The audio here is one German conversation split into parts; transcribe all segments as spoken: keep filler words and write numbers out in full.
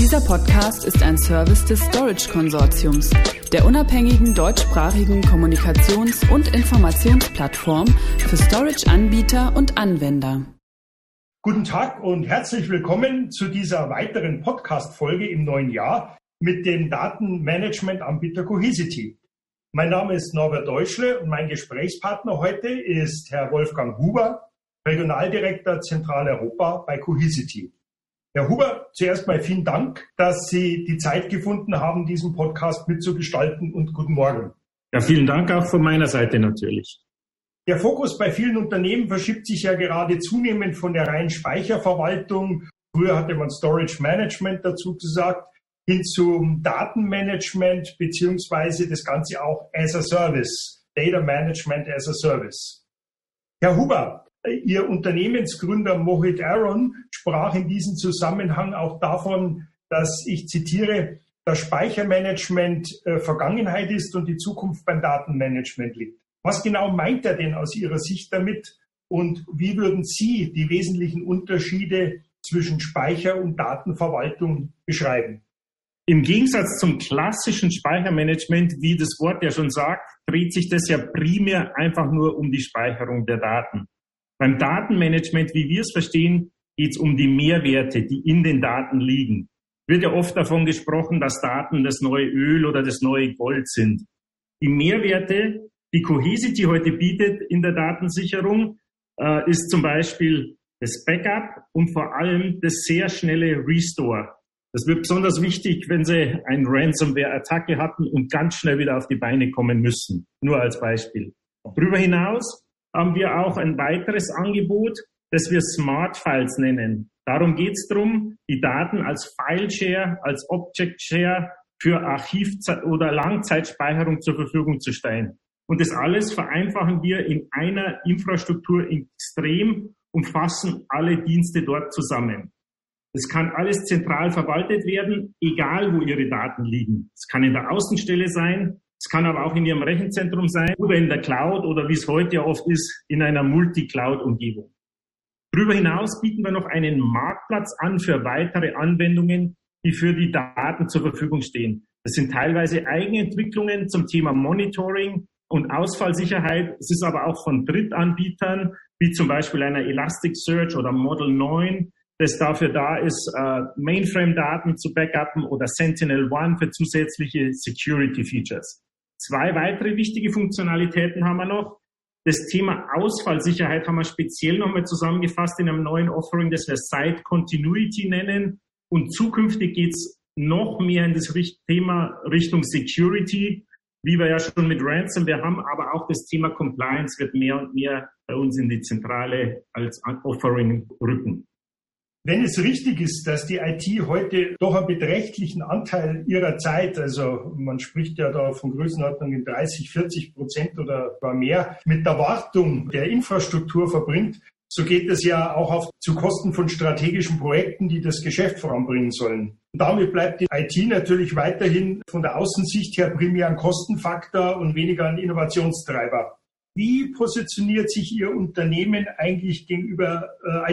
Dieser Podcast ist ein Service des Storage Konsortiums, der unabhängigen deutschsprachigen Kommunikations- und Informationsplattform für Storage-Anbieter und Anwender. Guten Tag und herzlich willkommen zu dieser weiteren Podcast-Folge im neuen Jahr mit dem Datenmanagement-Anbieter Cohesity. Mein Name ist Norbert Deutschle und mein Gesprächspartner heute ist Herr Wolfgang Huber, Regionaldirektor Zentraleuropa bei Cohesity. Herr Huber, zuerst mal vielen Dank, dass Sie die Zeit gefunden haben, diesen Podcast mitzugestalten, und guten Morgen. Ja, vielen Dank auch von meiner Seite natürlich. Der Fokus bei vielen Unternehmen verschiebt sich ja gerade zunehmend von der reinen Speicherverwaltung, früher hatte man Storage Management dazu gesagt, hin zum Datenmanagement beziehungsweise das Ganze auch as a Service, Data Management as a Service. Herr Huber, Ihr Unternehmensgründer Mohit Aaron sprach in diesem Zusammenhang auch davon, dass, ich zitiere, das Speichermanagement äh, Vergangenheit ist und die Zukunft beim Datenmanagement liegt. Was genau meint er denn aus Ihrer Sicht damit und wie würden Sie die wesentlichen Unterschiede zwischen Speicher- und Datenverwaltung beschreiben? Im Gegensatz zum klassischen Speichermanagement, wie das Wort ja schon sagt, dreht sich das ja primär einfach nur um die Speicherung der Daten. Beim Datenmanagement, wie wir es verstehen, geht es um die Mehrwerte, die in den Daten liegen. Wird ja oft davon gesprochen, dass Daten das neue Öl oder das neue Gold sind. Die Mehrwerte, die Cohesity heute bietet in der Datensicherung, äh, ist zum Beispiel das Backup und vor allem das sehr schnelle Restore. Das wird besonders wichtig, wenn Sie eine Ransomware-Attacke hatten und ganz schnell wieder auf die Beine kommen müssen. Nur als Beispiel. Darüber hinaus haben wir auch ein weiteres Angebot, das wir Smart Files nennen. Darum geht es darum, die Daten als File-Share, als Object-Share für Archiv- oder Langzeitspeicherung zur Verfügung zu stellen. Und das alles vereinfachen wir in einer Infrastruktur extrem und fassen alle Dienste dort zusammen. Es kann alles zentral verwaltet werden, egal wo Ihre Daten liegen. Es kann in der Außenstelle sein, es kann aber auch in Ihrem Rechenzentrum sein oder in der Cloud oder wie es heute ja oft ist, in einer Multi-Cloud-Umgebung. Darüber hinaus bieten wir noch einen Marktplatz an für weitere Anwendungen, die für die Daten zur Verfügung stehen. Das sind teilweise Eigenentwicklungen zum Thema Monitoring und Ausfallsicherheit. Es ist aber auch von Drittanbietern, wie zum Beispiel einer Elasticsearch oder Model neun, das dafür da ist, äh, Mainframe-Daten zu backuppen, oder Sentinel One für zusätzliche Security-Features. Zwei weitere wichtige Funktionalitäten haben wir noch. Das Thema Ausfallsicherheit haben wir speziell nochmal zusammengefasst in einem neuen Offering, das wir Site Continuity nennen. Und zukünftig geht es noch mehr in das Thema Richtung Security, wie wir ja schon mit Ransomware haben, aber auch das Thema Compliance wird mehr und mehr bei uns in die Zentrale als Offering rücken. Wenn es richtig ist, dass die I T heute doch einen beträchtlichen Anteil ihrer Zeit, also man spricht ja da von Größenordnungen dreißig, vierzig Prozent oder gar mehr, mit der Wartung der Infrastruktur verbringt, so geht es ja auch auf, zu Kosten von strategischen Projekten, die das Geschäft voranbringen sollen. Und damit bleibt die I T natürlich weiterhin von der Außensicht her primär ein Kostenfaktor und weniger ein Innovationstreiber. Wie positioniert sich Ihr Unternehmen eigentlich gegenüber äh, I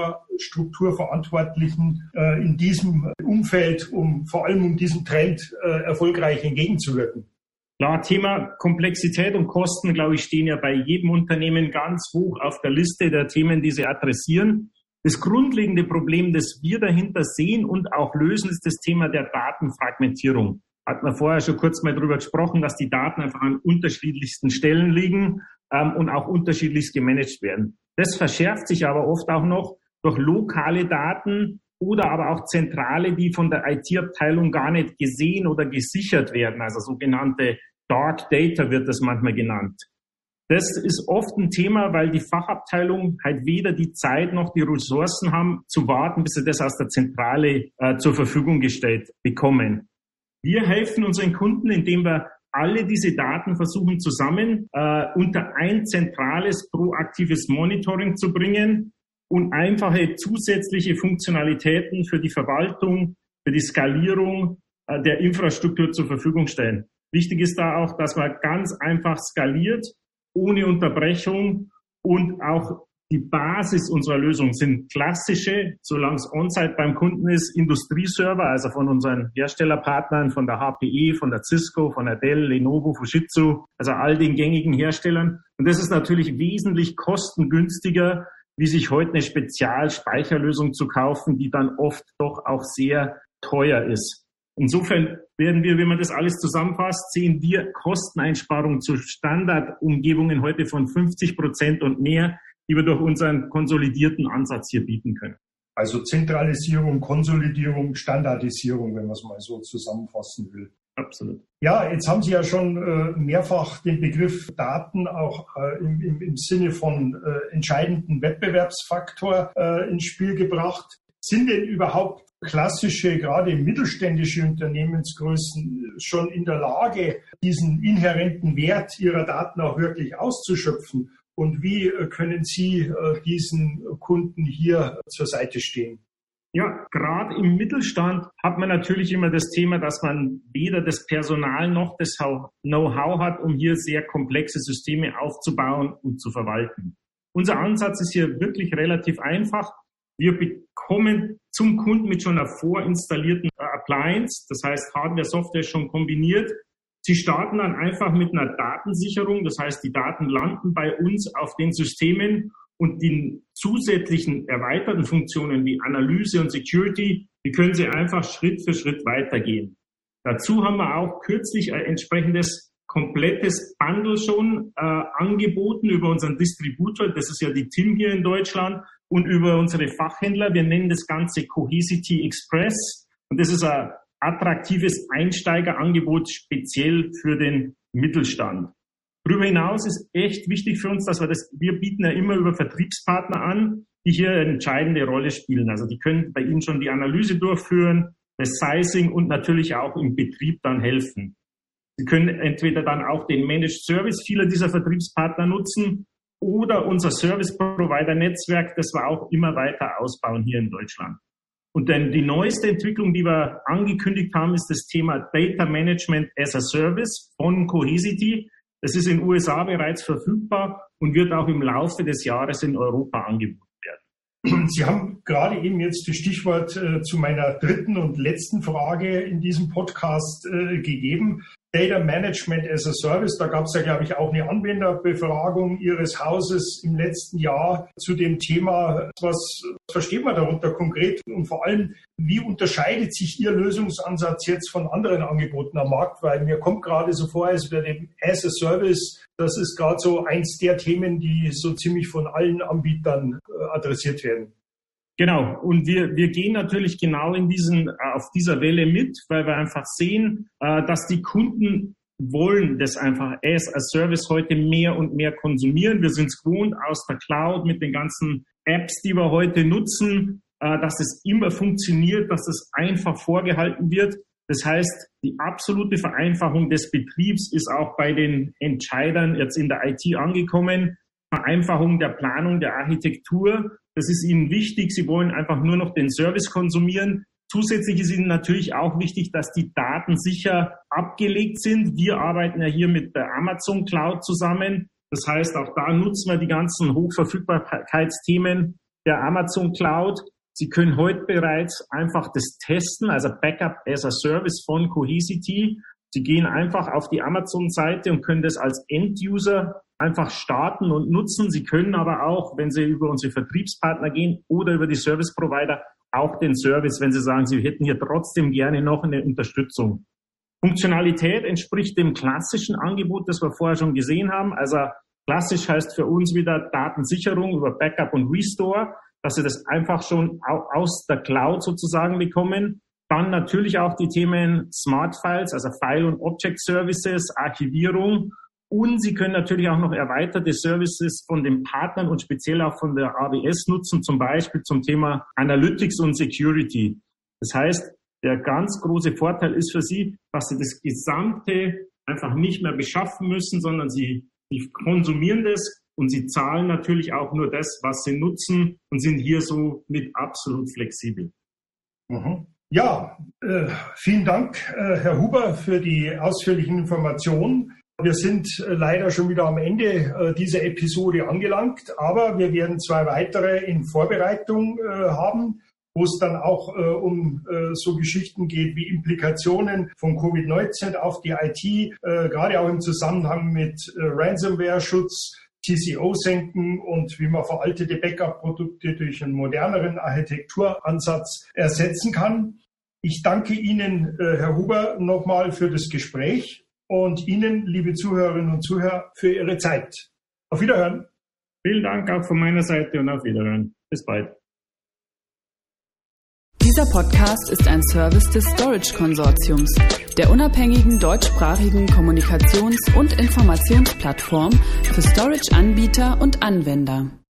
T-Infrastrukturverantwortlichen äh, in diesem Umfeld, um vor allem um diesem Trend äh, erfolgreich entgegenzuwirken? Klar, Thema Komplexität und Kosten, glaube ich, stehen ja bei jedem Unternehmen ganz hoch auf der Liste der Themen, die sie adressieren. Das grundlegende Problem, das wir dahinter sehen und auch lösen, ist das Thema der Datenfragmentierung. Hat man vorher schon kurz mal drüber gesprochen, dass die Daten einfach an unterschiedlichsten Stellen liegen ähm, und auch unterschiedlichst gemanagt werden. Das verschärft sich aber oft auch noch durch lokale Daten oder aber auch zentrale, die von der I T-Abteilung gar nicht gesehen oder gesichert werden, also sogenannte Dark Data wird das manchmal genannt. Das ist oft ein Thema, weil die Fachabteilung halt weder die Zeit noch die Ressourcen haben, zu warten, bis sie das aus der Zentrale äh, zur Verfügung gestellt bekommen. Wir helfen unseren Kunden, indem wir alle diese Daten versuchen zusammen äh, unter ein zentrales, proaktives Monitoring zu bringen und einfache zusätzliche Funktionalitäten für die Verwaltung, für die Skalierung äh, der Infrastruktur zur Verfügung stellen. Wichtig ist da auch, dass man ganz einfach skaliert, ohne Unterbrechung und auch Die Basis unserer Lösung sind klassische, solange es on-site beim Kunden ist, Industrieserver, also von unseren Herstellerpartnern, von der H P E, von der Cisco, von der Dell, Lenovo, Fujitsu, also all den gängigen Herstellern. Und das ist natürlich wesentlich kostengünstiger, wie sich heute eine Spezialspeicherlösung zu kaufen, die dann oft doch auch sehr teuer ist. Insofern werden wir, wenn man das alles zusammenfasst, sehen wir Kosteneinsparungen zu Standardumgebungen heute von fünfzig Prozent und mehr, die wir durch unseren konsolidierten Ansatz hier bieten können. Also Zentralisierung, Konsolidierung, Standardisierung, wenn man es mal so zusammenfassen will. Absolut. Ja, jetzt haben Sie ja schon äh, mehrfach den Begriff Daten auch äh, im, im, im Sinne von äh, entscheidenden Wettbewerbsfaktor äh, ins Spiel gebracht. Sind denn überhaupt klassische, gerade mittelständische Unternehmensgrößen schon in der Lage, diesen inhärenten Wert ihrer Daten auch wirklich auszuschöpfen? Und wie können Sie diesen Kunden hier zur Seite stehen? Ja, gerade im Mittelstand hat man natürlich immer das Thema, dass man weder das Personal noch das Know-how hat, um hier sehr komplexe Systeme aufzubauen und zu verwalten. Unser Ansatz ist hier wirklich relativ einfach. Wir bekommen zum Kunden mit schon einer vorinstallierten Appliance, das heißt Hardware, Software schon kombiniert. Sie starten dann einfach mit einer Datensicherung, das heißt, die Daten landen bei uns auf den Systemen und die zusätzlichen erweiterten Funktionen wie Analyse und Security, die können Sie einfach Schritt für Schritt weitergehen. Dazu haben wir auch kürzlich ein entsprechendes komplettes Bundle schon äh, angeboten über unseren Distributor, das ist ja die T I M hier in Deutschland, und über unsere Fachhändler. Wir nennen das Ganze Cohesity Express und das ist ein attraktives Einsteigerangebot speziell für den Mittelstand. Darüber hinaus ist echt wichtig für uns, dass wir das, wir bieten ja immer über Vertriebspartner an, die hier eine entscheidende Rolle spielen. Also die können bei Ihnen schon die Analyse durchführen, das Sizing und natürlich auch im Betrieb dann helfen. Sie können entweder dann auch den Managed Service vieler dieser Vertriebspartner nutzen oder unser Service Provider Netzwerk, das wir auch immer weiter ausbauen hier in Deutschland. Und dann die neueste Entwicklung, die wir angekündigt haben, ist das Thema Data Management as a Service von Cohesity. Das ist in den U S A bereits verfügbar und wird auch im Laufe des Jahres in Europa angeboten werden. Sie haben gerade eben jetzt das Stichwort äh, zu meiner dritten und letzten Frage in diesem Podcast äh, gegeben. Data Management as a Service, da gab es ja, glaube ich, auch eine Anwenderbefragung Ihres Hauses im letzten Jahr zu dem Thema. Was versteht man darunter konkret? Und vor allem, wie unterscheidet sich Ihr Lösungsansatz jetzt von anderen Angeboten am Markt? Weil mir kommt gerade so vor, als wäre dem as a Service, das ist gerade so eins der Themen, die so ziemlich von allen Anbietern äh, adressiert werden. Genau. Und wir, wir gehen natürlich genau in diesen, auf dieser Welle mit, weil wir einfach sehen, dass die Kunden wollen das einfach as a Service heute mehr und mehr konsumieren. Wir sind es gewohnt aus der Cloud mit den ganzen Apps, die wir heute nutzen, dass es immer funktioniert, dass es einfach vorgehalten wird. Das heißt, die absolute Vereinfachung des Betriebs ist auch bei den Entscheidern jetzt in der I T angekommen. Vereinfachung der Planung, der Architektur. Das ist Ihnen wichtig. Sie wollen einfach nur noch den Service konsumieren. Zusätzlich ist Ihnen natürlich auch wichtig, dass die Daten sicher abgelegt sind. Wir arbeiten ja hier mit der Amazon Cloud zusammen. Das heißt, auch da nutzen wir die ganzen Hochverfügbarkeitsthemen der Amazon Cloud. Sie können heute bereits einfach das testen, also Backup as a Service von Cohesity. Sie gehen einfach auf die Amazon-Seite und können das als End-User einfach starten und nutzen. Sie können aber auch, wenn Sie über unsere Vertriebspartner gehen oder über die Service-Provider, auch den Service, wenn Sie sagen, Sie hätten hier trotzdem gerne noch eine Unterstützung. Funktionalität entspricht dem klassischen Angebot, das wir vorher schon gesehen haben. Also klassisch heißt für uns wieder Datensicherung über Backup und Restore, dass Sie das einfach schon aus der Cloud sozusagen bekommen. Dann natürlich auch die Themen Smart Files, also File- und Object Services, Archivierung. Und Sie können natürlich auch noch erweiterte Services von den Partnern und speziell auch von der A W S nutzen, zum Beispiel zum Thema Analytics und Security. Das heißt, der ganz große Vorteil ist für Sie, dass Sie das Gesamte einfach nicht mehr beschaffen müssen, sondern Sie, Sie konsumieren das und Sie zahlen natürlich auch nur das, was Sie nutzen und sind hier so mit absolut flexibel. Mhm. Ja, äh, vielen Dank, äh, Herr Huber, für die ausführlichen Informationen. Wir sind leider schon wieder am Ende dieser Episode angelangt, aber wir werden zwei weitere in Vorbereitung haben, wo es dann auch äh, um äh, so Geschichten geht wie Implikationen von Covid neunzehn auf die I T, äh, gerade auch im Zusammenhang mit äh, Ransomware-Schutz, T C O senken und wie man veraltete Backup-Produkte durch einen moderneren Architekturansatz ersetzen kann. Ich danke Ihnen, äh, Herr Huber, nochmal für das Gespräch und Ihnen, liebe Zuhörerinnen und Zuhörer, für Ihre Zeit. Auf Wiederhören. Vielen Dank auch von meiner Seite und auf Wiederhören. Bis bald. Dieser Podcast ist ein Service des Storage Konsortiums, der unabhängigen deutschsprachigen Kommunikations- und Informationsplattform für Storage-Anbieter und Anwender.